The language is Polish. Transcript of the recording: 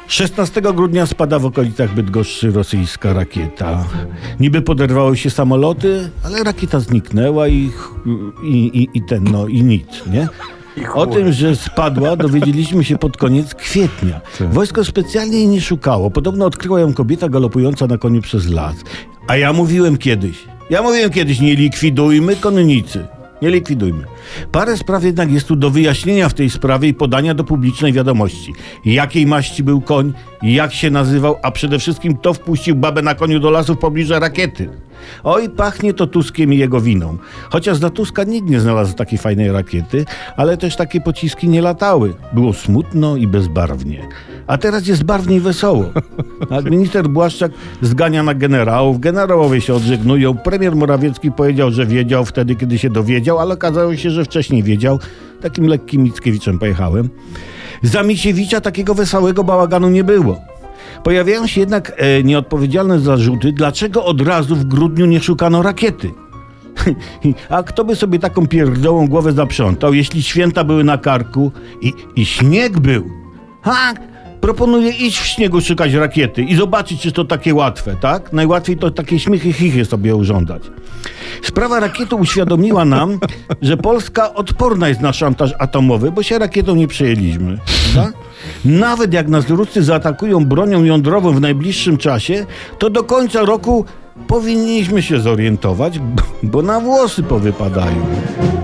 16 grudnia spada w okolicach Bydgoszczy rosyjska rakieta. Niby poderwały się samoloty, ale rakieta zniknęła i nic, nie? O tym, że spadła, dowiedzieliśmy się pod koniec kwietnia. Wojsko specjalnie jej nie szukało. Podobno odkryła ją kobieta galopująca na koniu przez las. A ja mówiłem kiedyś, nie likwidujmy konnicy. Nie likwidujmy. Parę spraw jednak jest tu do wyjaśnienia w tej sprawie i podania do publicznej wiadomości. Jakiej maści był koń, jak się nazywał, a przede wszystkim kto wpuścił babę na koniu do lasu w pobliżu rakiety. Oj, pachnie to Tuskiem i jego winą. Chociaż za Tuska nikt nie znalazł takiej fajnej rakiety, ale też takie pociski nie latały. Było smutno i bezbarwnie. A teraz jest barwnie i wesoło. A minister Błaszczak zgania na generałów, generałowie się odżegnują. Premier Morawiecki powiedział, że wiedział wtedy, kiedy się dowiedział, ale okazało się, że wcześniej wiedział. Takim lekkim Mickiewiczem pojechałem. Za Misiewicza takiego wesołego bałaganu nie było. Pojawiają się jednak nieodpowiedzialne zarzuty, dlaczego od razu w grudniu nie szukano rakiety. A kto by sobie taką pierdołą głowę zaprzątał, jeśli święta były na karku i śnieg był? Proponuję iść w śniegu szukać rakiety i zobaczyć, czy to takie łatwe, tak? Najłatwiej to takie śmichy, chichy sobie urządzać. Sprawa rakiety uświadomiła nam, że Polska odporna jest na szantaż atomowy, bo się rakietą nie przejęliśmy. Tak? Nawet jak nas Ruscy zaatakują bronią jądrową w najbliższym czasie, to do końca roku powinniśmy się zorientować, bo na włosy powypadają.